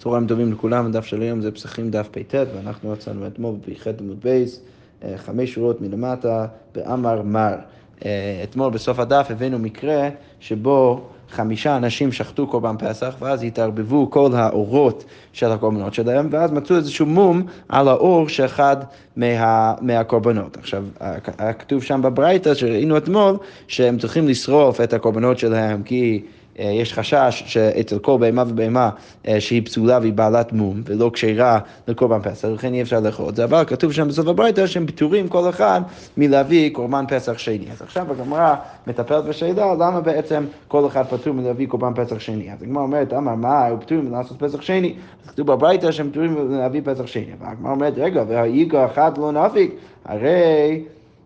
צהריים טובים לכולם, הדף של היום זה פסחים דף פ"ט, ואנחנו יצאנו אתמול בפ"ח עמוד בייס, 5 שורות מלמטה, באמר מר. אתמול בסוף הדף הבאנו מקרה שבו 5 אנשים שחטו קורבן פסח, ואז התערבבו כל האורות של הקורבנות שלהם, ואז מצאו איזשהו מום על האור שאחד מהקורבנות. עכשיו, כתוב שם בברייתא שראינו אתמול, שהם צריכים לשרוף את הקורבנות שלהם, כי יש חשש שאצל כל בהמה ובהמה שהיא פסולה והיא בעלת מום ולא כשרה לקורבן פסח, לכן אי אפשר לאכול את זה, אבל כתוב שם בסוף הברייתא שהם פטורים כל אחד מלהביא קורבן פסח שני. אז עכשיו הגמרא מטפלת בשאלה למה בעצם כל אחד פטור מלהביא קורבן פסח שני. אז הגמרא אומרת, אמר מה, הוא פטור מלעשות פסח שני? אז כתוב בברייתא שהם פטורים מלהביא פסח שני. והגמרא אומרת, רגע, והאיגר אחד לא נפיק, הרי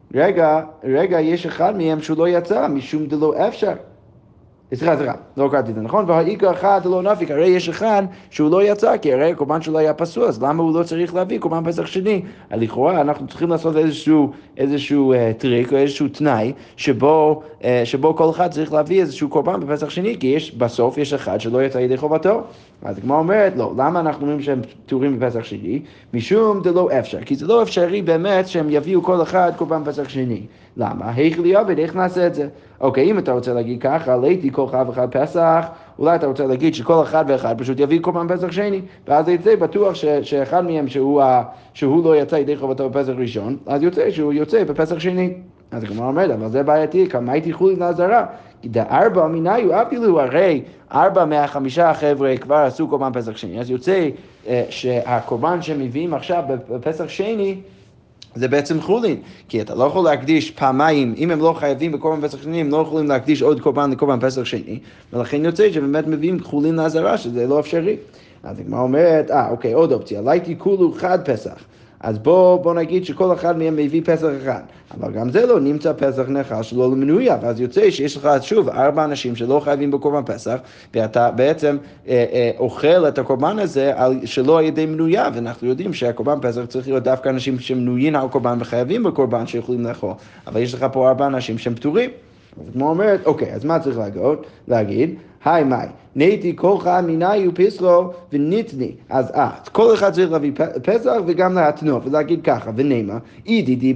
רגע, יש אחד מהם שהוא לא יצא משום דלא אפשר. סליחה, לא קראתי את זה, נכון? והאיגר אחד לא נפיק, הרי יש אחד שהוא לא יצא, כי הרי הקורבן שלו היה פסול, אז למה הוא לא צריך להביא קורבן פסח שני? לכאורה אנחנו צריכים לעשות איזשהו טריק או איזשהו תנאי, שבו כל אחד צריך להביא איזשהו קורבן בפסח שני, כי בסוף יש אחד שלא יצא ידי חובתו. אז כמו אומרת, לא, למה אנחנו אומרים שהם פטורים בפסח שני? משום דלא אפשר, כי זה לא אפשרי באמת שהם יביאו כל אחד קורבן פסח שני. למה? איך ליעבד, איך נעשה את זה? אוקיי, אם אתה רוצה להגיד ככה, ליתי כל אחד ואחד פסח, אולי אתה רוצה להגיד שכל אחד ואחד פשוט יביא קורבן פסח שני, ואז יצא בטוח שאחד מהם שהוא לא יצא ידי חובתו בפסח ראשון, אז יוצא שהוא יוצא בפסח שני. אז כמו אומרת, אבל זה בעייתי, כמה הייתי חולי לעזרה? כי דארבע מיניו אפילו, הרי 4 מה-5 החבר'ה כבר עשו קורבן פסח שני, אז יוצא שהקורבן שהם מביאים עכשיו בפסח שני, זה בעצם חולין, כי אתה לא יכול להקדיש פעמיים, אם הם לא חייבים בקורבן פסח שני, הם לא יכולים להקדיש עוד קורבן לקורבן פסח שני, ולכן יוצא שבאמת מביאים חולין לעזרה, שזה לא אפשרי. אז הגמרא אומרת, אוקיי, עוד אופציה, ליתי כולו חד פסח. אז בוא נגיד שכל אחד מהם מביא פסח אחד, אבל גם זה לא נמצא פסח נחש שלא למנויה, ואז יוצא שיש לך שוב 4 אנשים שלא חייבים בקורבן פסח, ואתה בעצם אוכל את הקורבן הזה שלא על ידי מנויה, ואנחנו יודעים שהקורבן פסח צריך להיות דווקא אנשים שמנויים על קורבן וחייבים בקורבן שיכולים לאכול, אבל יש לך פה 4 אנשים שהם פטורים. אז כמו אומרת, אוקיי, אז מה צריך להגיד? היי מאי, נהייתי כל אחד מיני ופסלו וניתני. אז כל אחד צריך להביא פסח וגם להתנות ולהגיד ככה, ונאמר, ידידי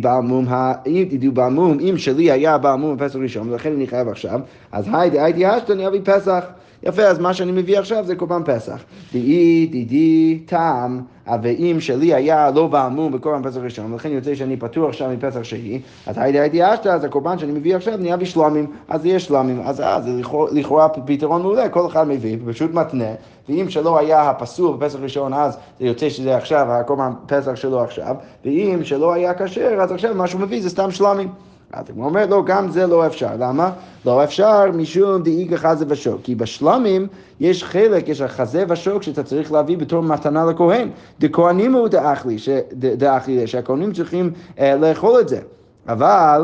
בעל מום, אם שלי היה בעל מום בפסח ראשון, ולכן אני חייב עכשיו, אז הייתי אשתו, אני אביא פסח. יפה, אז מה שאני מביא עכשיו זה קורבן פסח. דידי טעם, ואם שלי היה לא בעל מום בקורבן פסח ראשון, ולכן יוצא שאני פטור עכשיו מפסח שני, אז הייתי אשתה, אז הקורבן שאני מביא עכשיו אני אביא שלמים, אז יש שלמים, אז זה לכאורה פתרון מעולה, כל אחד מביא, פשוט מתנה, ואם שלא היה הפסול בפסח ראשון, אז זה יוצא שזה עכשיו, הקורבן פסח שלו עכשיו, ואם שלא היה כשר, אז עכשיו מה שהוא מביא זה סתם שלמים. אז הוא אומר, לא, גם זה לא אפשר. למה? לא אפשר משום דאיגר חזה ושוק. כי בשלמים יש חלק, יש החזה ושוק שאתה צריך להביא בתור מתנה לכהן. דכהנים הוא דאכלי, שהכהנים צריכים לאכול את זה. אבל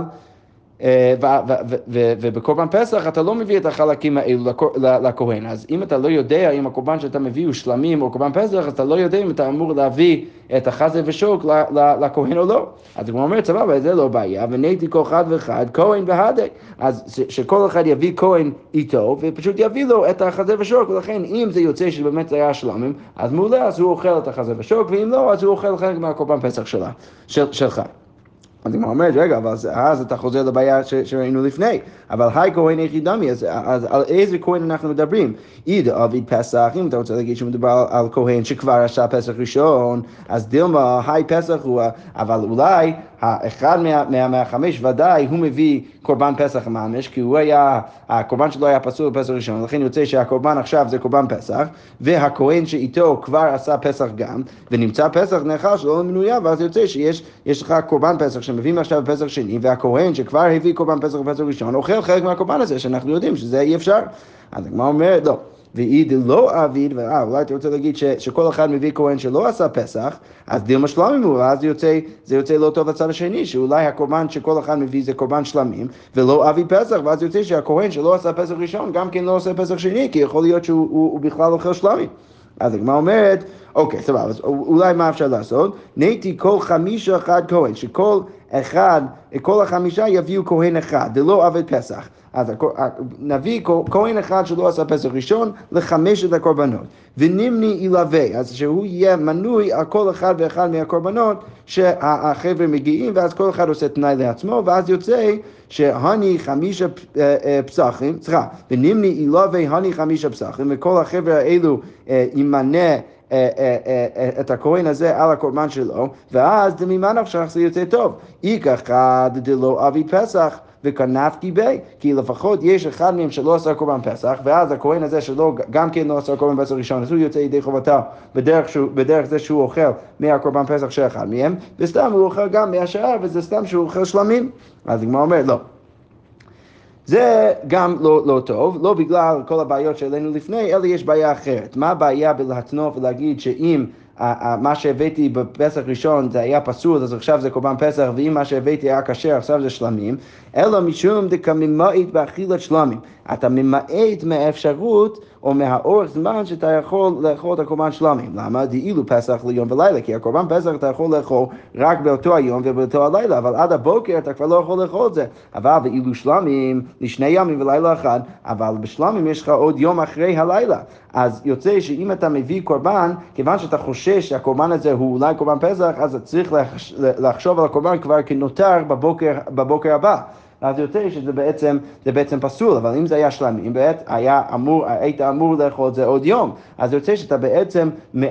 ובקורבן פסח אתה לא מביא את החלקים האלו לכהן, אז אם אתה לא יודע אם הקורבן שאתה מביא הוא שלמים או קורבן פסח, אז אתה לא יודע אם אתה אמור להביא את החזה ושוק לכהן או לא. אז הוא אומר, סבבה, זה לא בעיה, ונהייתי כל אחד ואחד כהן והדה, אז שכל אחד יביא כהן איתו ופשוט יביא לו את החזה ושוק, ולכן אם זה יוצא שבאמת זה היה שלמים, אז מעולה, אז הוא אוכל את החזה ושוק, ואם לא, אז הוא אוכל חלק מהקורבן פסח שלך. אז הוא אומר, רגע, אבל אז אתה חוזר לבעיה שראינו לפני, אבל היי כהן יחידמי, אז על איזה כהן אנחנו מדברים? עיד עביד פסח, אם אתה רוצה להגיד שמדובר על כהן שכבר עשה פסח ראשון, אז דילמה, היי פסח הוא, אבל אולי האחד מהחמש ודאי הוא מביא קורבן פסח ממש, כי הוא היה, הקורבן שלו היה פסול בפסח ראשון, לכן יוצא שהקורבן עכשיו זה קורבן פסח, והכהן שאיתו כבר עשה פסח גם, ונמצא פסח נחש לא מנויה, ואז יוצא שיש לך קורבן פסח שמביאים עכשיו בפסח שני, והכהן שכבר הביא קורבן פסח בפסח ראשון, אוכל חלק מהקורבן הזה, שאנחנו יודעים שזה אי אפשר. אז הגמרא אומרת, לא. ואיד לא אביד, אולי אתה רוצה להגיד שכל אחד מביא כהן שלא עשה פסח, אז דילמה שלמים הוא, אז זה יוצא לא טוב לצד השני, שאולי הקורבן שכל אחד מביא זה קורבן שלמים, ולא אביד פסח, ואז יוצא שהכהן שלא עשה פסח ראשון, גם כן לא עושה פסח שני, כי יכול להיות שהוא בכלל אוכל שלמים. אז הגמרא אומרת, אוקיי, סבבה, אז אולי מה אפשר לעשות? נהייתי כל 5 אחד כהן, שכל כל החמישה יביאו כהן אחד, דלא עבד פסח. אז נביא כהן אחד שלא עשה פסח ראשון לחמשת הקורבנות, ונמני ילווה, אז שהוא יהיה מנוי על כל אחד ואחד מהקורבנות שהחבר'ה מגיעים, ואז כל אחד עושה תנאי לעצמו, ואז יוצא שהני חמישה פסחים, ונמני ילווה הני חמישה פסחים, וכל החבר'ה האלו ימנה את הכהן הזה על הקורבן שלו, ואז ממה נפשך זה יוצא טוב. איקח אחד דלא עבד פסח וכנפתי בי, כי לפחות יש אחד מהם שלא עשה קורבן פסח, ואז הכהן הזה שלא, גם כן לא עשה קורבן פסח ראשון, אז הוא יוצא ידי חובתו בדרך זה שהוא אוכל מהקורבן פסח של אחד מהם, וסתם הוא אוכל גם מהשאר, וזה סתם שהוא אוכל שלמים. אז הגמרא אומר, לא. זה גם לא טוב, לא בגלל כל הבעיות שהעלינו לפני, אלא יש בעיה אחרת. מה הבעיה בלהתנוף ולהגיד שאם מה שהבאתי בפסח ראשון זה היה פסול, אז עכשיו זה קורבן פסח, ואם מה שהבאתי היה כשר, עכשיו זה שלמים, אלא משום דקממאית באכילת שלמים. אתה ממעט מהאפשרות או מהאורך זמן שאתה יכול לאכול את הקורבן שלמים. למה? דאילו פסח ליום ולילה, כי הקורבן פסח אתה יכול לאכול רק באותו היום ובאותו הלילה, אבל עד הבוקר אתה כבר לא יכול לאכול את זה. אבל באילו שלמים, לשני ימים ולילה אחד, אבל בשלמים יש לך עוד יום אחרי הלילה. אז יוצא שאם אתה מביא קורבן, כיוון שאתה חושש שהקורבן הזה הוא אולי קורבן פסח, אז צריך לחשוב על הקורבן כבר כנותר בבוקר הבא. אז יוצא שזה בעצם פסול, אבל אם זה היה שלמים, היית אמור לאכול את זה עוד יום. אז יוצא שאתה בעצם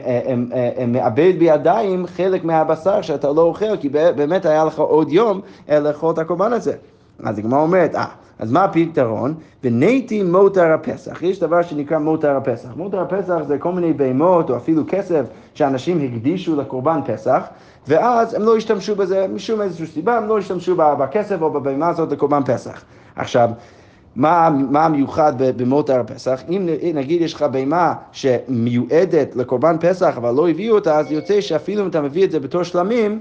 מאבד בידיים חלק מהבשר שאתה לא אוכל, כי באמת היה לך עוד יום לאכול את הקורבן הזה. אז הגמרא אומרת, אז מה הפתרון? וניתי מותר הפסח. יש דבר שנקרא מותר הפסח. מותר הפסח זה כל מיני בהמות או אפילו כסף שאנשים הקדישו לקורבן פסח, ואז הם לא השתמשו בזה משום איזושהי סיבה, הם לא השתמשו בכסף או בבהמה הזאת לקורבן פסח. עכשיו, מה המיוחד במותר הפסח? אם נגיד יש לך בהמה שמיועדת לקורבן פסח אבל לא הביאו אותה, אז יוצא שאפילו אם אתה מביא את זה בתור שלמים,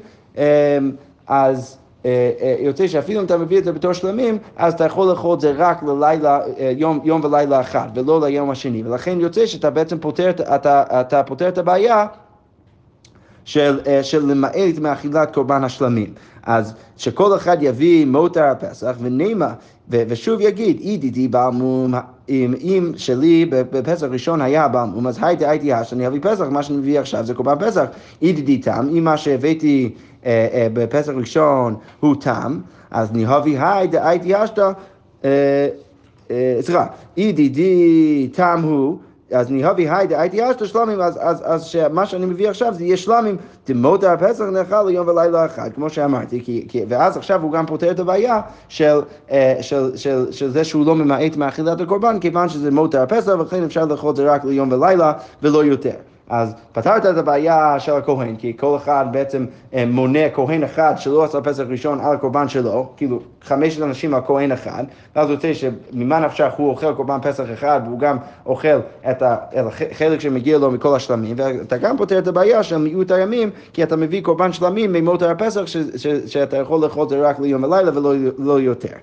אז יוצא שאפילו אם אתה מביא את זה בתור שלמים, אז אתה יכול לאכול את זה רק ללילה, יום ולילה אחד, ולא ליום השני. ולכן יוצא שאתה בעצם פותר את הבעיה של למעט מאכילת קורבן השלמים. אז שכל אחד יביא מותר הפסח ונאמר, ושוב יגיד, אידידי בעמום, אם שלי בפסח ראשון היה בעמום, אז הייתי שאני אביא פסח, מה שאני מביא עכשיו זה קורבן פסח. אידידי תם, אם מה שהבאתי בפסח ראשון הוא תם, אז נהבי הייתי השתה, אידידי תם הוא, אז נהבי הייתי אשתו שלמים, אז שמה שאני מביא עכשיו זה יהיה שלמים, תמות הפסח נאכל ליום ולילה אחד, כמו שאמרתי, ואז עכשיו הוא גם פותר את הבעיה של זה שהוא לא ממעט מאכילת הקורבן, כיוון שזה מות הפסח, ולכן אפשר לאכול את זה רק ליום ולילה ולא יותר. אז פתרת את הבעיה של הכהן, כי כל אחד בעצם מונה כהן אחד שלא עשה פסח ראשון על הקורבן שלו, כאילו 5 אנשים על כהן אחד, ואז הוא רוצה שממה נפשך הוא אוכל קורבן פסח אחד, והוא גם אוכל את החלק שמגיע לו מכל השלמים, ואתה גם פותר את הבעיה של מיעוט הימים, כי אתה מביא קורבן שלמים ממותר הפסח, שאתה יכול לאכול את זה רק ליום ולילה ולא יותר.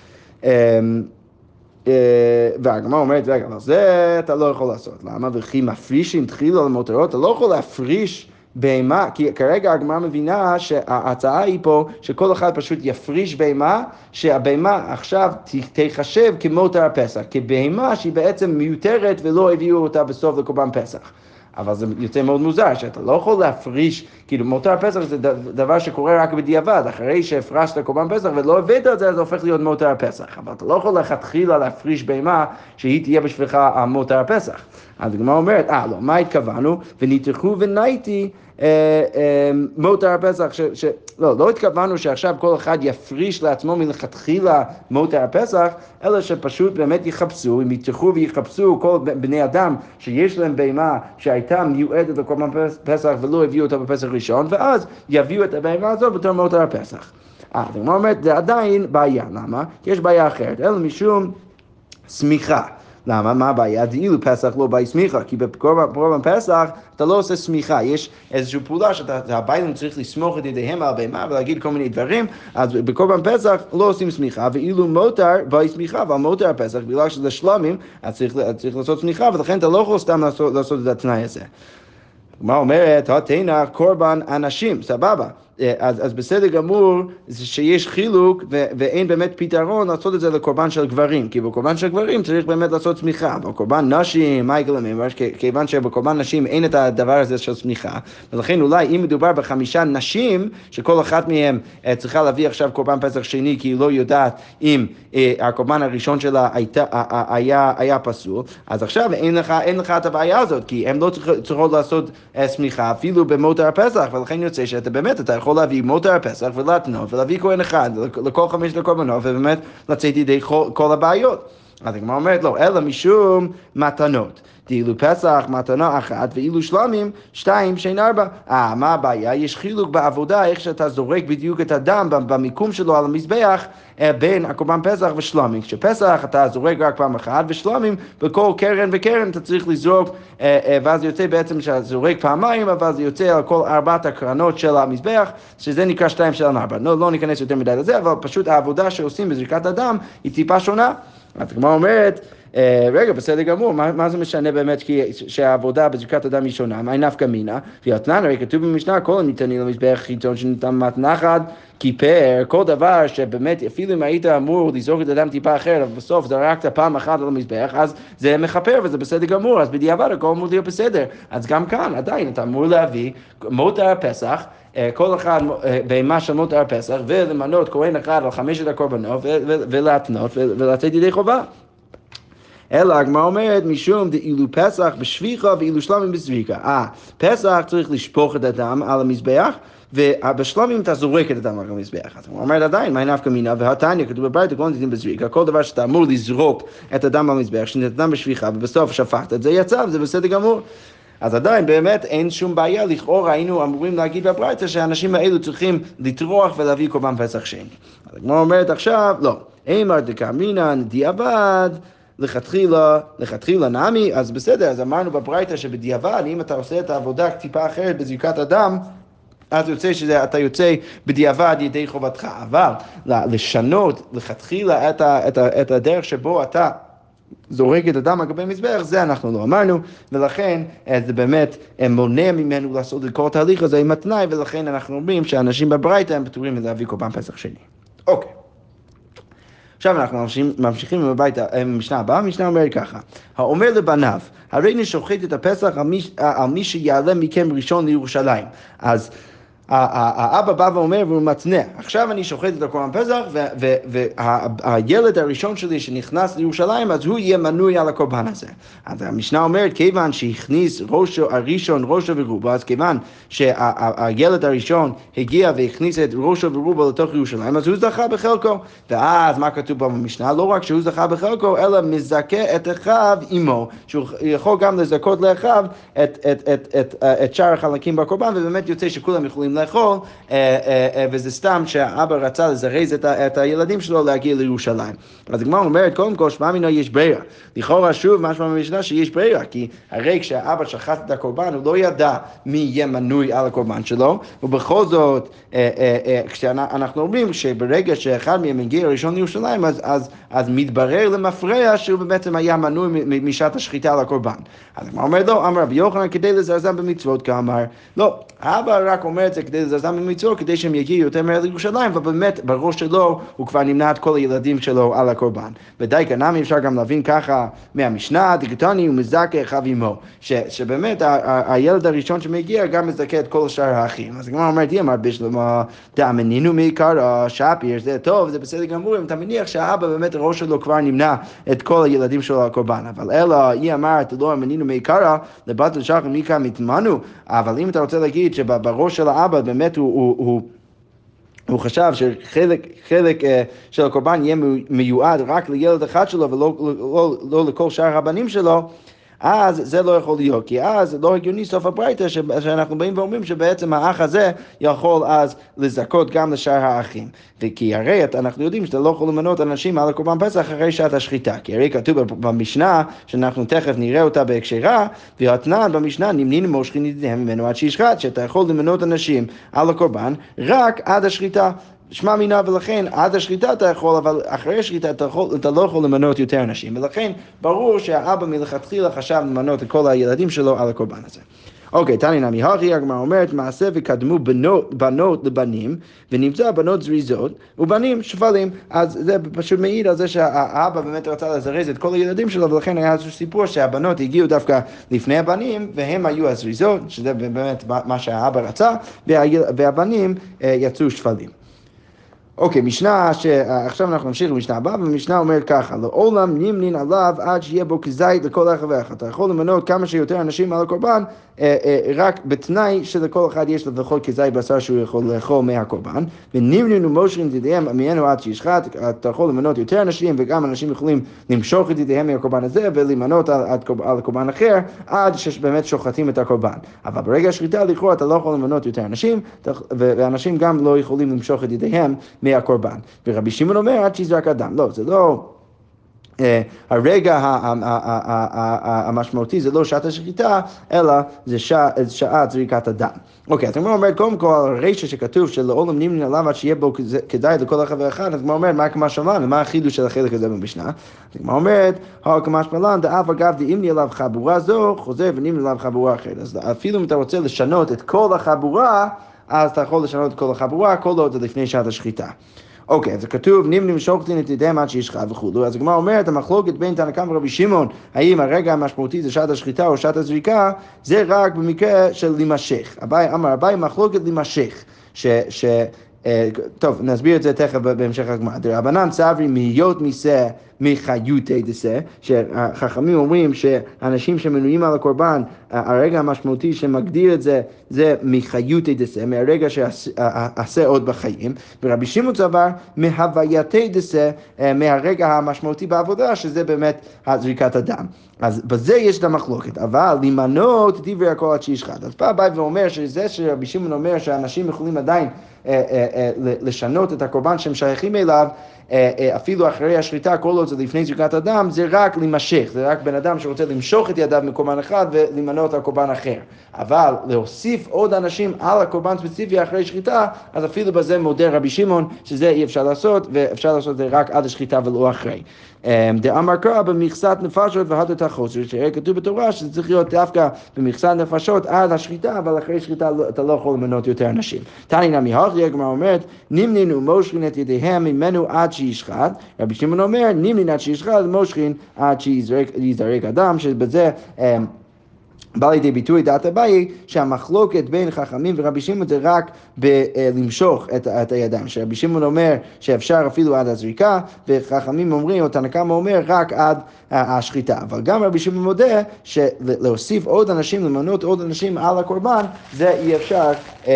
והגמרא אומרת, רגע, אבל זה אתה לא יכול לעשות. למה? וכי מפרישים תחילה למותרות, אתה לא יכול להפריש בהמה, כי כרגע הגמרא מבינה שההצעה היא פה שכל אחד פשוט יפריש בהמה, שהבהמה עכשיו תחשב כמותר הפסח, כבהמה שהיא בעצם מיותרת ולא הביאו אותה בסוף לקורבן פסח. אבל זה יוצא מאוד מוזר, שאתה לא יכול להפריש, כאילו מותר הפסח זה דבר שקורה רק בדיעבד, אחרי שהפרשת קורבן פסח ולא הבאת את זה, זה הופך להיות מותר הפסח. אבל אתה לא יכול לכתחילה להפריש בהמה שהיא תהיה בשבילך מותר הפסח. אז הגמרא אומרת, לא, מה התכוונו? וניתחו ונייתי מותר הפסח, לא התכוונו שעכשיו כל אחד יפריש לעצמו מלכתחילה מותר הפסח, אלא שפשוט באמת יחפשו, הם יתחו ויחפשו כל בני אדם שיש להם בהמה שהייתה מיועדת לקורבן פסח ולא הביאו אותה בפסח ראשון, ואז יביאו את הבהמה הזאת בתור מותר הפסח. הגמרא אומרת, זה עדיין בעיה, למה? כי יש בעיה אחרת, אלא משום סמיכה. למה? מה הבעיה? דאילו פסח לא באי סמיכה, כי בקורבן פסח אתה לא עושה סמיכה, יש איזושהי פעולה שהביילים צריך לסמוך את ידיהם על בהמה ולהגיד כל מיני דברים, אז בקורבן פסח לא עושים סמיכה, ואילו מותר באי סמיכה, אבל מותר הפסח, בגלל שזה שלמים, אז צריך לעשות סמיכה, ולכן אתה לא יכול סתם לעשות את התנאי הזה. מה אומרת? התנא קורבן אנשים, סבבה. אז בסדר גמור שיש חילוק ואין באמת פתרון לעשות את זה לקורבן של גברים, כי בקורבן של גברים צריך באמת לעשות צמיחה, בקורבן נשים, מה יגלה ממש, כיוון שבקורבן נשים אין את הדבר הזה של צמיחה, ולכן אולי אם מדובר ב5 נשים, שכל אחת מהן צריכה להביא עכשיו קורבן פסח שני, כי היא לא יודעת אם הקורבן הראשון שלה היה פסול, אז עכשיו אין לך את הבעיה הזאת, כי הן לא צריכות לעשות צמיחה אפילו במותר הפסח, ולכן יוצא שאתה באמת, אתה יכול להביא מותר הפסח ולהתנות, ולהביא כהן אחד לכל 5 לקורבנות, ובאמת לצאת ידי כל הבעיות. אז הגמרא אומרת לו, אלא משום מתנות. דאילו פסח מתנה 1, ואילו שלמים 2 שאין 4. מה הבעיה? יש חילוק בעבודה, איך שאתה זורק בדיוק את הדם במיקום שלו על המזבח, בין הקורבן פסח ושלמים. כשפסח אתה זורק רק פעם אחת, ושלמים בכל קרן וקרן אתה צריך לזרוק, ואז יוצא בעצם שאתה זורק פעמיים, אבל זה יוצא על כל 4 הקרנות של המזבח, שזה נקרא 2 שאין 4. לא ניכנס יותר מדי לזה, אבל פשוט העבודה שעושים בזריקת הדם היא טיפה שונה. אז כמו אומרת, רגע, בסדר גמור, מה זה משנה באמת שהעבודה בזריקת הדם היא שונה? מה נפקא מינה? ויתנן, הרי כתוב במשנה, כל הניתנים למזבח חיצון שניתן מתנה אחת, כיפר, כל דבר שבאמת, אפילו אם היית אמור לזרוק את הדם טיפה אחר, אבל בסוף זרקת פעם אחת על המזבח, אז זה מחפר וזה בסדר גמור, אז בדיעבד הכל אמור להיות בסדר. אז גם כאן, עדיין, אתה אמור להביא מותר הפסח, כל אחד בהמה של מותר הפסח, ולמנות כהן אחד על 5 הקורבנות, ולהתנות ולצאת ידי חובה. אלא הגמרא אומרת, משום דאילו פסח בשפיחה ואילו שלמים בזריקה. פסח צריך לשפוך את הדם על המזבח, ובשלמים אתה זורק את הדם על המזבח. אז הוא אומר עדיין, מה נפקא מינה? והתניא, כתוב בברייתא, כל ניתנים בזריקה, כל דבר שאתה אמור לזרוק את הדם על המזבח, שנית הדם בשפיחה, ובסוף שפכת את זה יצא, וזה בסדר גמור. אז עדיין באמת אין שום בעיה, לכאורה היינו אמורים להגיד בברייתא שהאנשים האלו צריכים לטרוח ולהביא קורבן פסח שני. אז הגמרא אומרת עכשיו, לא, אימר דקאמרינן דיעבד, לכתחילה נמי, אז בסדר, אז אמרנו בברייתא שבדיעבד, אם אתה עושה את העבודה טיפה אחרת בזריקת הדם, אז יוצא שאתה יוצא בדיעבד ידי חובתך, אבל לשנות לכתחילה את הדרך שבו אתה זורק את הדם על גבי מזבח, זה אנחנו לא אמרנו, ולכן זה באמת מונע ממנו לעשות את כל התהליך הזה עם התנאי, ולכן אנחנו אומרים שאנשים בברייתא הם פטורים להביא קורבן פסח שני. אוקיי. עכשיו אנחנו ממשיכים במשנה הבאה, המשנה אומרת ככה, האומר לבניו, הרי נשוחט את הפסח על מי שיעלה מכם ראשון לירושלים. אז האבא בא ואומר והוא מתנה, עכשיו אני שוחט את הקורבן פסח, והילד הראשון שלי שנכנס לירושלים, אז הוא יהיה מנוי על הקורבן הזה. אז המשנה אומרת, כיוון שהכניס הראשון ראשו ורובו, אז כיוון שהילד הראשון הגיע והכניס את ראשו ורובו לתוך ירושלים, אז הוא זכה בחלקו. ואז מה כתוב פה במשנה? לא רק שהוא זכה בחלקו, אלא מזכה את אחיו עמו, שהוא יכול גם לזכות לאחיו את שאר החלקים בקורבן, ובאמת יוצא שכולם יכולים לאכול, וזה סתם שהאבא רצה לזרז את הילדים שלו להגיע לירושלים. אז הגמרא אומרת, קודם כל, שמע מינו יש ברירה. לכאורה שוב, משמע במשנה שיש ברירה, כי הרי כשהאבא שחט את הקורבן, הוא לא ידע מי יהיה מנוי על הקורבן שלו, ובכל זאת, כשאנחנו אומרים שברגע שאחד מהם מגיע ראשון לירושלים, אז מתברר למפרע שהוא בעצם היה מנוי משעת השחיטה על הקורבן. אז הגמרא אומרת, לא, אמר רבי יוחנן כדי לזרזם במצוות, כאמר, לא, האבא רק אומר את זה כדי לזרזם במצוות, כדי שהם יגיעו יותר מהר לירושלים, ובאמת בראש שלו הוא כבר נמנע את כל הילדים שלו על הקורבן. ודי כנמי אפשר גם להבין ככה מהמשנה, דקתני ומזכה אחיו עמו, שבאמת הילד הראשון שמגיע גם מזכה את כל שאר האחים. אז הגמרא אומרת, אמר בשלמה, דאמנינו מעיקר שפיר, זה טוב, זה בסדר גמור, אם אתה מניח שהאבא באמת הראש שלו כבר נמנע את כל הילדים שלו על הקורבן. אבל אלא, היא אמרת, לא אמנינו מעיקר, לבת לשחר מיקה מתמנו, אבל אם אתה רוצה להגיד שבראש של האבא באמת הוא חשב שחלק של הקורבן יהיה מיועד רק לילד אחד שלו ולא לכל שאר הבנים שלו, אז זה לא יכול להיות, כי אז לא הגיוני סוף הברייתא שאנחנו באים ואומרים שבעצם האח הזה יכול אז לזכות גם לשאר האחים. וכי הרי אנחנו יודעים שאתה לא יכול למנות אנשים על הקורבן פסח אחרי שעת השחיטה, כי הרי כתוב במשנה שאנחנו תכף נראה אותה בהקשרה, והתנן במשנה נמנין מושכין ידיהם ממנו עד שישחט, שאתה יכול למנות אנשים על הקורבן רק עד השחיטה. שמע מינה, ולכן עד השחיטה אתה יכול, אבל אחרי השחיטה אתה לא יכול למנות יותר אנשים, ולכן ברור שהאבא מלכתחילה חשב למנות את כל הילדים שלו על הקורבן הזה. אוקיי, תני נמי הכי, הגמרא אומרת, מעשה וקדמו בנות לבנים, ונמצא בנות זריזות, ובנים שפלים. אז זה פשוט מעיד על זה שהאבא באמת רצה לזרז את כל הילדים שלו, ולכן היה איזשהו סיפור שהבנות הגיעו דווקא לפני הבנים, והם היו הזריזות, שזה באמת מה שהאבא רצה, והבנים יצאו שפלים. אוקיי, משנה עכשיו אנחנו נמשיך למשנה הבאה, ומשנה אומרת ככה, לעולם נמנין עליו עד שיהיה בו כזית לכל אחד ואחד. אתה יכול למנות כמה שיותר אנשים על הקורבן, רק בתנאי שלכל אחד יש לפחות כזית בשר שהוא יכול לאכול מהקורבן, ונמנין ומושכים את ידיהם ממנו עד שישחט. אתה יכול למנות יותר אנשים, וגם אנשים יכולים למשוך את ידיהם מהקורבן הזה, ולמנות על קורבן אחר, עד שבאמת שוחטים את הקורבן. אבל ברגע השחיטה לכאורה אתה לא יכול למנות יותר אנשים, ואנשים גם לא יכולים למשוך את ידיהם מהקורבן. ורבי שמעון אומר, עד שיזרק הדם. לא, זה לא... הרגע המשמעותי זה לא שעת השחיטה, אלא זה שעת זריקת הדם. אוקיי, אז הגמרא אומרת, קודם כל, הרשע שכתוב שלעולם נמנין עליו עד שיהיה בו כדאי לכל אחד ואחד, אז הגמרא אומרת, מה הקמה שלן, ומה החידוש של החלק הזה במשנה? אז הגמרא אומרת, הקמה שלן, דאף אגב דאמני עליו חבורה זו, חוזר ונמני עליו חבורה אחרת. אז אפילו אם אתה רוצה לשנות את כל החבורה, אז אתה יכול לשנות את כל החבורה, כל עוד זה לפני שעת השחיטה. אוקיי, אז כתוב, נמנים שוחטין את ידיהם עד שישחט וכו'. אז הגמרא אומרת, המחלוקת בין תנא קמא ורבי שמעון, האם הרגע המשמעותי זה שעת השחיטה או שעת הזריקה, זה רק במקרה של להימשך. אמר אביי, מחלוקת להימשך, טוב, נסביר את זה תכף בהמשך הגמרא. דרבנן סברי מהיות מיסה מחיותי דסה, שהחכמים אומרים שאנשים שמנויים על הקורבן, הרגע המשמעותי שמגדיר את זה, זה מחיותי דסה, מהרגע שעשה עוד בחיים, ורבי שמעון סבר מהווייתי דסה, מהרגע המשמעותי בעבודה, שזה באמת זריקת הדם. אז בזה יש את המחלוקת, אבל למנות דברי הכל עד שישחט. אז בא ואומר שזה שרבי שמעון אומר שאנשים יכולים עדיין לשנות את הקורבן שהם שייכים אליו, אפילו אחרי השחיטה, כל עוד זה לפני זריקת הדם, זה רק להימשך, זה רק בן אדם שרוצה למשוך את ידיו מקורבן אחד ולמנות על קורבן אחר. אבל להוסיף עוד אנשים על הקורבן ספציפי אחרי שחיטה, אז אפילו בזה מודה רבי שמעון שזה אי אפשר לעשות, ואפשר לעשות זה רק עד השחיטה ולא אחרי. דאמר קרא במכסת נפשות והדת החוסר, שכתוב בתורה שזה צריך להיות דווקא במכסת נפשות עד השחיטה, אבל אחרי שחיטה אתה לא יכול למנות יותר אנשים. תני נמי הכי, הגמרא אומרת, נמנין ומושכין את ידיהם ממנו עד שישחט. רבי שמעון אומר, נמנין עד שישחט, מושכין עד שיזרק הדם, שבזה בא לידי ביטוי דעת אביי, שהמחלוקת בין חכמים ורבי שמעון זה רק בלמשוך את הידיים. שרבי שמעון אומר שאפשר אפילו עד הזריקה, וחכמים אומרים, או תנא קמא אומר, רק עד השחיטה. אבל גם רבי שמעון מודה שלהוסיף עוד אנשים, למנות עוד אנשים על הקורבן, זה אי אפשר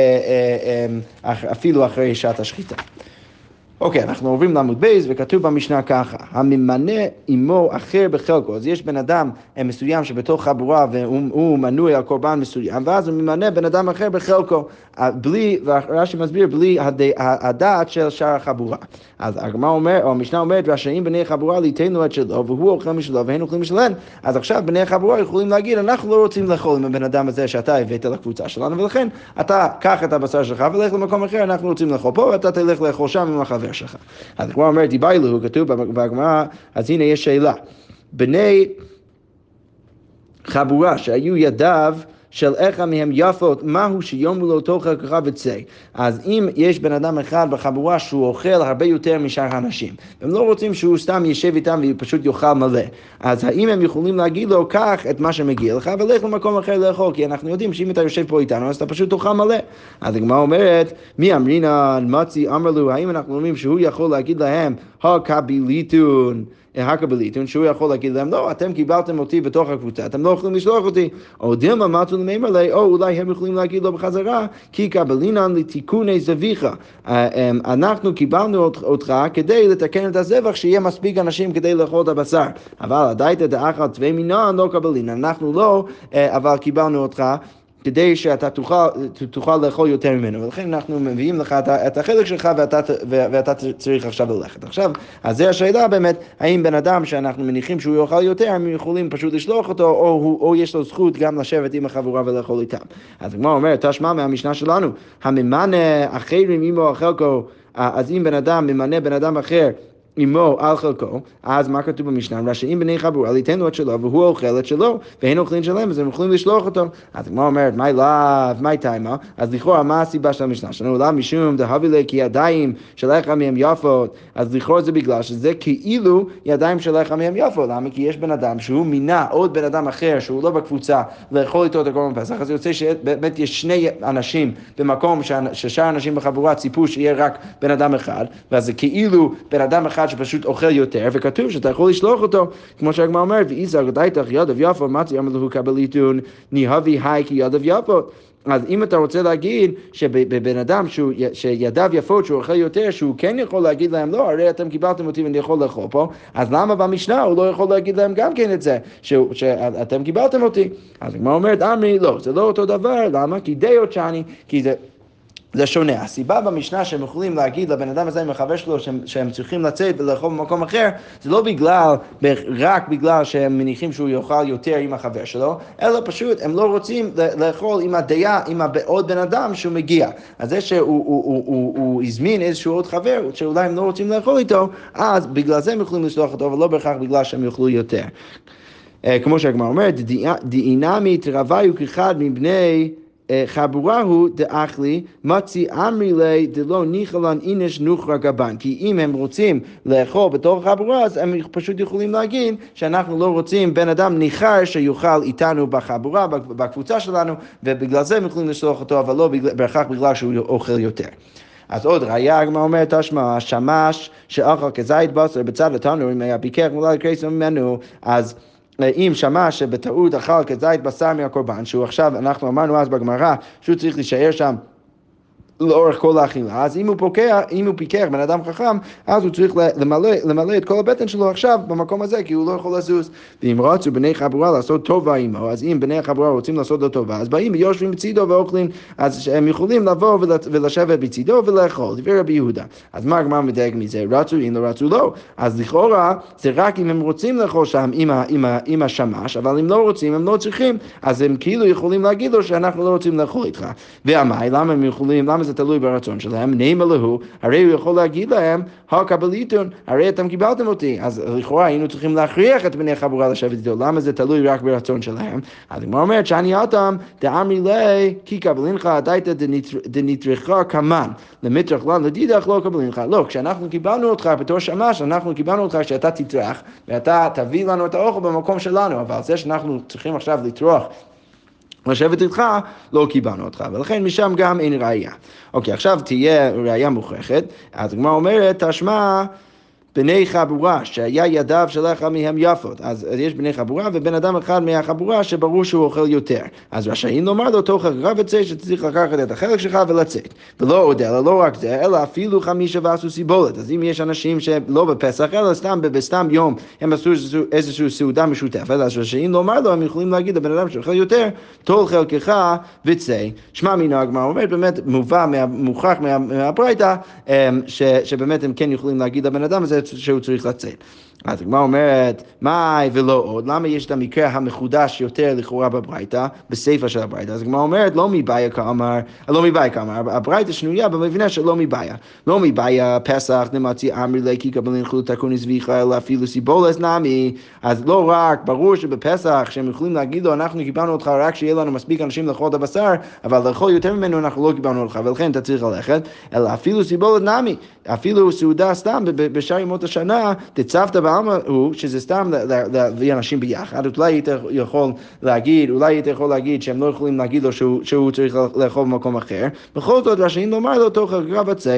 אפילו אחרי שעת השחיטה. אוקיי, אנחנו עוברים לעמוד בייס, וכתוב במשנה ככה, הממנה עמו אחר בחלקו. אז יש בן אדם מסוים שבתוך חבורה והוא מנוי על קורבן מסוים, ואז הוא ממנה בן אדם אחר בחלקו, בלי, ורש"י מסביר, בלי הדעת של שאר החבורה. אז הגמרא אומר, או המשנה אומרת, רשאים בני חבורה ליתן לו את שלו, והוא אוכל משלו, והן אוכלים משלהם. אז עכשיו בני החבורה יכולים להגיד, אנחנו לא רוצים לאכול עם הבן אדם הזה שאתה הבאת לקבוצה שלנו, ולכן אתה קח את הבשר שלך ולך למקום אחר, אנחנו רוצים לאכול פה, ואתה תלך לאכול שם עם החבר שלך. אז הגמרא אומרת, דיבאילו, כתוב בגמרא, אז הנה יש שאלה. בני חבורה שהיו ידיו של אחד מהם יפות, מהו שיאמרו לו תאכל ככה וצא. אז אם יש בן אדם אחד בחבורה שהוא אוכל הרבה יותר משאר האנשים, והם לא רוצים שהוא סתם יישב איתם ופשוט יאכל מלא, אז האם הם יכולים להגיד לו, קח את מה שמגיע לך ולך למקום אחר לאכול, כי אנחנו יודעים שאם אתה יושב פה איתנו, אז אתה פשוט תאכל מלא. אז הגמרא אומרת, מי אמרינן מצי אמר לו, האם אנחנו אומרים שהוא יכול להגיד להם, הקביליתון, שהוא יכול להגיד להם, לא, אתם קיבלתם אותי בתוך הקבוצה, אתם לא יכולים לשלוח אותי, או דילמה מצו למימר לי, או אולי הם יכולים להגיד לו בחזרה, כי קבלינן לתיקוני זביחה, אנחנו קיבלנו אותך כדי לתקן את הזבח, שיהיה מספיק אנשים כדי לאכול את הבשר, אבל הדייתא דאכל צבי מינן לא קבלינן, אנחנו לא, אבל קיבלנו אותך, כדי שאתה תוכל לאכול יותר ממנו, ולכן אנחנו מביאים לך את החלק שלך, ואתה צריך עכשיו ללכת. עכשיו, אז זה השאלה באמת, האם בן אדם שאנחנו מניחים שהוא יאכל יותר, הם יכולים פשוט לשלוח אותו, או יש לו זכות גם לשבת עם החבורה ולאכול איתם. אז כמו אומר, תשמע מהמשנה שלנו, הממנה אחרים עמו החלקו, אז אם בן אדם ממנה בן אדם אחר, עמו על חלקו, אז מה כתוב במשנה? רשאים בני חבורה ליתן לו את שלו, והוא אוכל את שלו, והן אוכלים שלהם, אז הם יכולים לשלוח אותו. אז הגמרא אומרת, מה אליו, מה תימה? אז לכאורה, מה הסיבה של המשנה שלנו? אליו משום דהבי לי כי ידיים שלך מהם יפות, אז לכאורה זה בגלל שזה כאילו ידיים שלך מהם יפות. למה? כי יש בן אדם שהוא מינה עוד בן אדם אחר, שהוא לא בקבוצה, לאכול איתו את הקורבן פסח, אז יוצא שבאמת יש שני אנשים במקום ששאר אנשים בחבורה ציפו שיהיה רק בן אדם אחד, ואז זה כאילו בן אדם אחד שפשוט אוכל יותר, וכתוב שאתה יכול לשלוח אותו, כמו שהגמרא אומרת, ואיסא גדייתך ידב יפות, מצי אמר לו קבליתון, ניהבי היי כי ידב יפות. אז אם אתה רוצה להגיד שבבן אדם שידיו יפות, שהוא אוכל יותר, שהוא כן יכול להגיד להם, לא, הרי אתם קיבלתם אותי ואני יכול לאכול פה, אז למה במשנה הוא לא יכול להגיד להם גם כן את זה, שאתם קיבלתם אותי? אז הגמרא אומרת, אמרי, לא, זה לא אותו דבר, למה? כי די עוד שאני, כי זה שונה. הסיבה במשנה שהם יכולים להגיד לבן אדם הזה עם החבר שלו שהם צריכים לצאת ולאכול במקום אחר, זה לא רק בגלל שהם מניחים שהוא יאכל יותר עם החבר שלו, אלא פשוט הם לא רוצים לאכול עם עוד בן אדם שהוא מגיע. אז זה שהוא הזמין איזשהו עוד חבר שאולי הם לא רוצים לאכול איתו, אז בגלל זה הם יכולים לשלוח אותו, אבל לא בהכרח בגלל שהם יאכלו יותר. כמו שהגמרא אומרת, דאינמי תרוויו כאחד מבני חבורה הוא דאכלי מצי אמרי לי דלא ניחלן אינש נוחרא גבן, כי אם הם רוצים לאכול בתוך החבורה אז הם פשוט יכולים להגיד שאנחנו לא רוצים בן אדם ניחר שיוכל איתנו בחבורה, בקבוצה שלנו, ובגלל זה הם יכולים לשלוח אותו, אבל לא בהכרח בגלל שהוא אוכל יותר. אז עוד ראיה, הגמרא אומרת, תשמע, שמש שאכל כזית בשר בצד התנור, אם היה פיקח מולה לקריסו ממנו, אז אם שמע שבטעות אכל כזית בשר מהקורבן, שהוא עכשיו, אנחנו אמרנו אז בגמרא, שהוא צריך להישאר שם לאורך כל האכילה, אז אם הוא פיקח בן אדם חכם, אז הוא צריך למלא את כל הבטן שלו עכשיו במקום הזה, כי הוא לא יכול לזוז. ואם רצו בני חבורה לעשות טובה עמו, אז אם בני החבורה רוצים לעשות לו טובה, אז באים ויושבים בצידו ואוכלים, אז הם יכולים לבוא ולשבת בצידו ולאכול, לפי רבי יהודה. אז מה הגמרא מדייק מזה? רצו אם לא רצו לא. אז לכאורה זה רק אם הם רוצים לאכול שם עם השמש, אבל אם לא רוצים, הם לא צריכים, אז הם כאילו יכולים להגיד לו שאנחנו לא רוצים לאכול איתך. והמאי, למה הם יכולים, למה זה תלוי ברצון שלהם? נעימה לו, הרי הוא יכול להגיד להם, הקבליתון, הרי אתם קיבלתם אותי. אז לכאורה היינו צריכים להכריח את בני חבורה לשבת איתו. למה זה תלוי רק ברצון שלהם? אז הוא אומרת שאני אתם דאמרי לי כי קבלינך דייתא דנטרחה כמן למטרח לן לדידך לא קבלינך. לא, כשאנחנו קיבלנו אותך בתור שמש, אנחנו קיבלנו אותך שאתה תטרח ואתה תביא לנו את האוכל במקום שלנו, אבל זה שאנחנו צריכים עכשיו לטרוח לשבת איתך, לא קיבלנו אותך, ולכן משם גם אין ראייה. אוקיי, עכשיו תהיה ראייה מוכחת, אז הגמרא אומרת, תשמע בני חבורה, שהיה ידיו שלך מהם יפות, אז יש בני חבורה ובן אדם אחד מהחבורה שברור שהוא אוכל יותר, אז רשאים לומר לו תוך חגרה וצא שצריך לקחת את החלק שלך ולצאת, ולא עוד אלא, לא רק זה, אלא אפילו 5 ועשו סיבולת. אז אם יש אנשים שלא בפסח אלא סתם בסתם יום הם עשו איזושהי סעודה משותפת, אז רשאים לומר לו, הם יכולים להגיד לבן אדם שאוכל יותר, תול חלקך וצא. שמע מן הגמרא אומרת, באמת מוכח מהברייתא שבאמת הם כן יכולים להגיד לבן אדם הזה שהוא צריך לצאת. אז הגמרא אומרת, מאי ולא עוד, למה יש את המקרה המחודש יותר לכאורה בברייתא, בספר של הברייתא? אז הגמרא אומרת, לא מבעיה כאמר, הברייתא שנויה במבנה של לא מבעיה. לא מבעיה פסח נמצי אמרי לי כי קבלין חלות תקוני סביחה, אלא אפילו סיבולת נמי. אז לא רק, ברור שבפסח שהם יכולים להגיד לו, אנחנו קיבלנו אותך רק שיהיה לנו מספיק אנשים לאכול את הבשר, אבל לאכול יותר ממנו אנחנו לא קיבלנו אותך, ולכן אתה צריך ללכת, אלא אפילו סיבולת נמי, אפילו סעודה סתם בשאר ימות השנה, תצבת בעלמא הוא שזה סתם להביא אנשים ביחד. אולי היית יכול להגיד שהם לא יכולים להגיד לו שהוא צריך לאכול במקום אחר, בכל זאת רשאים לומר לו תוך חגרה וצא.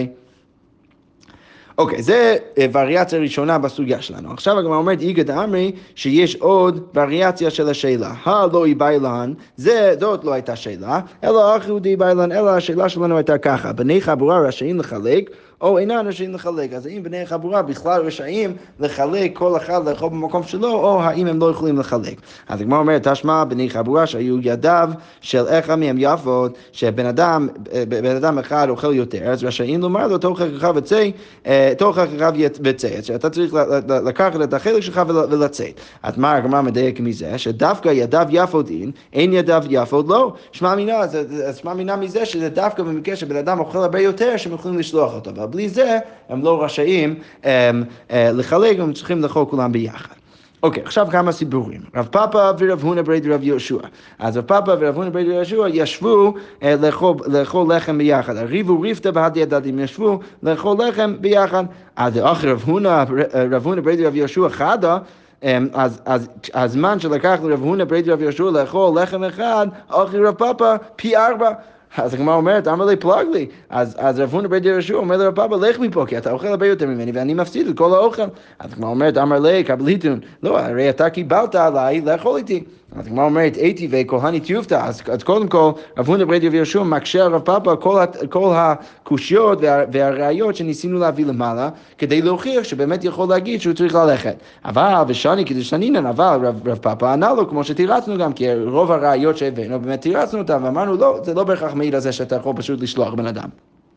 אוקיי, זה וריאציה ראשונה בסוגיה שלנו. עכשיו הגמרא אומרת, איגא דאמרי, שיש עוד וריאציה של השאלה. הלא איבאילן, זאת לא הייתה שאלה, אלא אחי דאיבאילן, אלא השאלה שלנו הייתה ככה, בני חבורה רשאים לחלק, או אינם רשאים לחלק. אז האם בני חבורה בכלל רשאים לחלק כל אחד לאכול במקום שלו, או האם הם לא יכולים לחלק? אז הגמרא אומרת, תשמע בני חבורה שהיו ידיו של אחד מהם יפות, שבן אדם אחד אוכל יותר, אז רשאים לומר לו תוך חגך וצא, תוך אחיו וצאת, שאתה צריך לקחת את החלק שלך ולצאת. אז מה הגמרא מדייק מזה? שדווקא ידיו יפות דין, אין ידיו יפות לא. שמע מינה מזה שזה דווקא במקרה שבן אדם אוכל הרבה יותר, שהם יכולים לשלוח אותו, אבל בלי זה הם לא רשאים לחלק, הם צריכים לאכול כולם ביחד. אוקיי, עכשיו כמה סיפורים. רב פאפא ורב הונא ברי רב יהושע. אז רב פאפא ורב הונא ברי רב יהושע ישבו לאכול לחם ביחד. ריבו ריפתא בהדי הדדים, ישבו לאכול לחם ביחד. אז אחרי רב הונא ברי רב יהושע חדה, אז הזמן שלקח לרב הונא ברי רב יהושע לאכול לחם אחד, אחרי רב פאפא פי 4. אז הגמרא אומרת, אמר לי פלג לי. אז רב הונא ברי רב יהושע אומר לרב פאפא, לך מפה, כי אתה אוכל הרבה יותר ממני ואני מפסיד את כל האוכל. אז הגמרא אומרת, אמר לי, קבליתון, לא, הרי אתה קיבלת עליי לאכול איתי. אז הגמרא אומרת, איתי וכהני תיובתא. אז קודם כל, רב הונא ברי רב יהושע מקשה על רב פאפא כל הקושיות והראיות שניסינו להביא למעלה, כדי להוכיח שבאמת יכול להגיד שהוא צריך ללכת. אבל, ושני כדשתנינן, אבל רב פאפא ענה לו, כמו שתירצנו גם, כי רוב הראיות שהבאנו, באמת תירצנו אותם, ואמרנו, לא, זה לא בהכרח מעיד על זה שאתה יכול פשוט לשלוח בן אדם.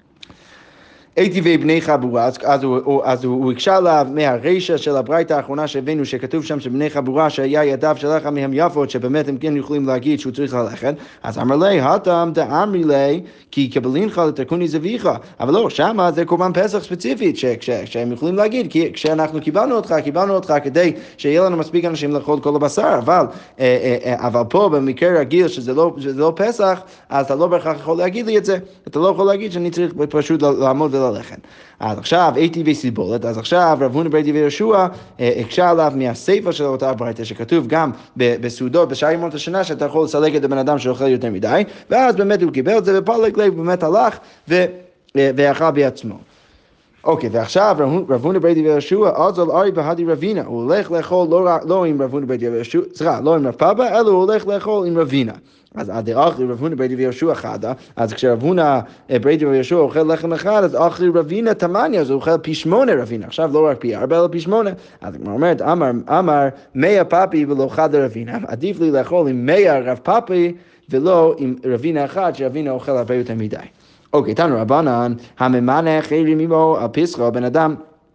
הייתי ובני חבורה, אז הוא הקשה עליו מהרישה של הברייתא האחרונה שהבאנו, שכתוב שם שבני חבורה שהיה ידיו שלך מהם יפות, שבאמת הם כן יכולים להגיד שהוא צריך ללכת, אז אמר לי, הטם דאמרי לי, כי קבלינך לתקוני זביך, אבל לא, שמה זה קורבן פסח ספציפית, שהם יכולים להגיד, כי כשאנחנו קיבלנו אותך כדי שיהיה לנו מספיק אנשים לאכול כל הבשר, אבל פה במקרה רגיל שזה לא פסח, אז אתה לא בהכרח יכול להגיד לי את זה, אתה לא יכול להגיד שאני צריך פשוט לעמוד וללכת. אז עכשיו הייתי וסיבולת, אז עכשיו רב הונא ברי רב יהושע הקשה עליו מהסיפא של אותה ברייתא, שכתוב גם בסעודות בשאר ימות השנה, שאתה יכול לסלק את הבן אדם שאוכל יותר מדי, ואז באמת הוא קיבל את זה ופלג לב, באמת הלך ואכל בעצמו. אוקיי, ועכשיו רב הונא ברי רב יהושע אזל ארי בהדי רבינה, הוא הולך לאכול לא עם רב הונא ברי רב יהושע, לא עם רב פאפא, אלא הוא הולך לאכול עם רבינה. אז אחרי רב הונא ברי רב יהושע חדה, אז כשרב הונא ברי רב יהושע אוכל לחם אחד, אז אחרי רבינה תמניה, אז הוא אוכל פי 8 רבינה, עכשיו לא רק פי 4, אלא פי 8. אז הוא אומרת, אמר 100 פאפי ולא חד רבינה, עדיף לי לאכול עם 100 רב פאפי ולא עם רבינה אחד, שרבינה אוכל הרבה יותר מדי. אוקיי, תנו רבנן, הממנה חיירים עמו על פסחא, בן אדם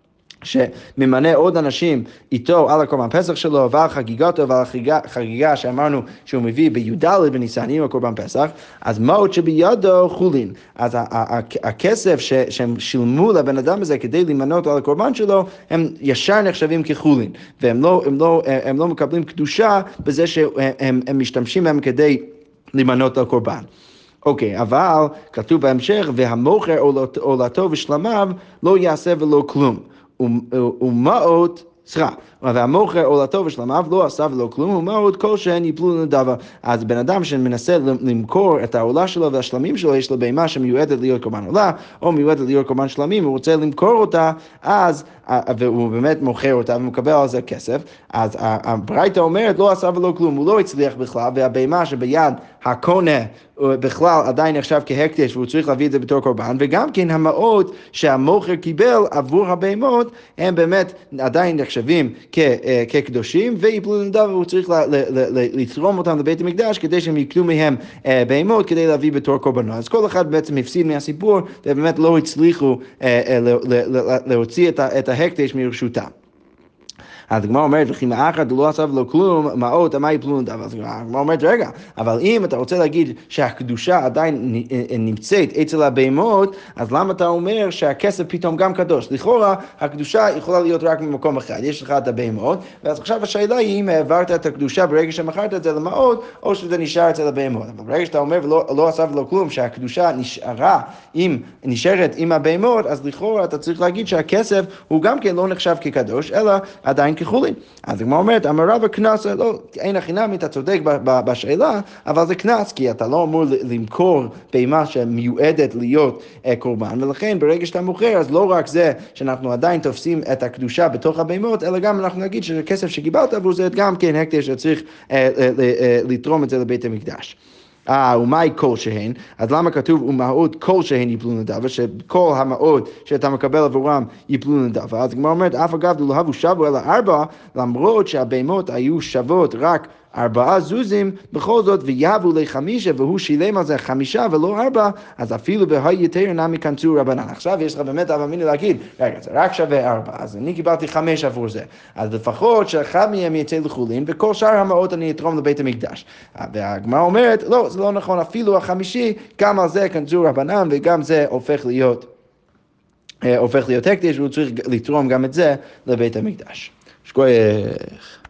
שממנה עוד אנשים איתו על הקורבן פסח שלו ועל חגיגתו ועל חגיגה שאמרנו שהוא מביא בי"ד בניסן עם הקורבן פסח, אז מעות שבידו חולין. אז הכסף שהם שילמו לבן אדם הזה כדי למנות על הקורבן שלו, הם ישר נחשבים כחולין, והם לא מקבלים קדושה בזה שהם משתמשים בהם כדי למנות על קורבן. אוקיי, אבל כתוב בהמשך, והמוכר עולתו ושלמיו לא יעשה ולא כלום. ומעות, והמוכר עולתו ושלמיו לא עשה ולא כלום, ומעות כל שהן יפלו לנדבה. אז בן אדם שמנסה למכור את העולה שלו והשלמים שלו, יש לו בהמה שמיועדת להיות קורבן עולה, או מיועדת להיות קורבן שלמים, הוא רוצה למכור אותה, אז, והוא באמת מוכר אותה ומקבל על זה כסף, אז הברייתא אומרת לא עשה ולא כלום, הוא לא הצליח בכלל, והבהמה שביד הקונה בכלל עדיין נחשב כהקדש, והוא צריך להביא את זה בתור קורבן, וגם כן המעות שהמוכר קיבל עבור הבהמות, הם באמת עדיין נחשבים כקדושים, ויפלו לנדבה, והוא צריך לתרום אותם לבית המקדש, כדי שהם יקנו מהם בהמות, כדי להביא בתור קורבנות. אז כל אחד בעצם הפסיד מהסיפור, ובאמת לא הצליחו להוציא את ההקדש מרשותם. אז הגמרא אומרת, וכי מאחד לא עשה ולא כלום, מעות, מה יפלו נדבה? אז הגמרא אומרת, רגע, אבל אם אתה רוצה להגיד שהקדושה עדיין נמצאת אצל הבהמות, אז למה אתה אומר שהכסף פתאום גם קדוש? לכאורה, הקדושה יכולה להיות רק ממקום אחד, יש לך את הבהמות, ואז עכשיו השאלה היא אם העברת את הקדושה ברגע שמכרת את זה למעות, או שזה נשאר אצל הבהמות. אבל ברגע שאתה אומר ולא עשה ולא כלום, שהקדושה נשארת עם הבהמות, אז לכאורה אתה צריך להגיד שהכסף הוא גם כן לא נחשב כקדוש, אלא עדיין כחולין. אז הגמרא אומרת, אמר רבא קנס, לא, אין הכי נמי, אתה צודק בשאלה, אבל זה קנס, כי אתה לא אמור למכור בהמה שמיועדת להיות קורבן, ולכן ברגע שאתה מוכר, אז לא רק זה שאנחנו עדיין תופסים את הקדושה בתוך הבהמות, אלא גם אנחנו נגיד שהכסף שקיבלת עבור זה גם כן הקדש שצריך לתרום את זה לבית המקדש. ומאי כל שהן, אז למה כתוב ומעות כל שהן יפלו נדבה, שכל המעות שאתה מקבל עבורם יפלו נדבה? אז הגמרא אומרת, אף אגב לא הבו שבו אלא 4, למרות שהבהמות היו שוות רק 4 זוזים, בכל זאת, ויבו לחמישה, והוא שילם על זה 5 ולא 4, אז אפילו בהי יותר נמי כנצור רבנן. עכשיו יש לך באמת אבא מיני להגיד, רגע, זה רק שווה 4, אז אני קיבלתי 5 עבור זה. אז לפחות שאחד מהם יצא לחולין, וכל שאר המעות אני אתרום לבית המקדש. והגמרא אומרת, לא, זה לא נכון, אפילו החמישי, גם על זה כנצור רבנן, וגם זה הופך להיות הקדש, והוא צריך לתרום גם את זה לבית המקדש. שכוייך.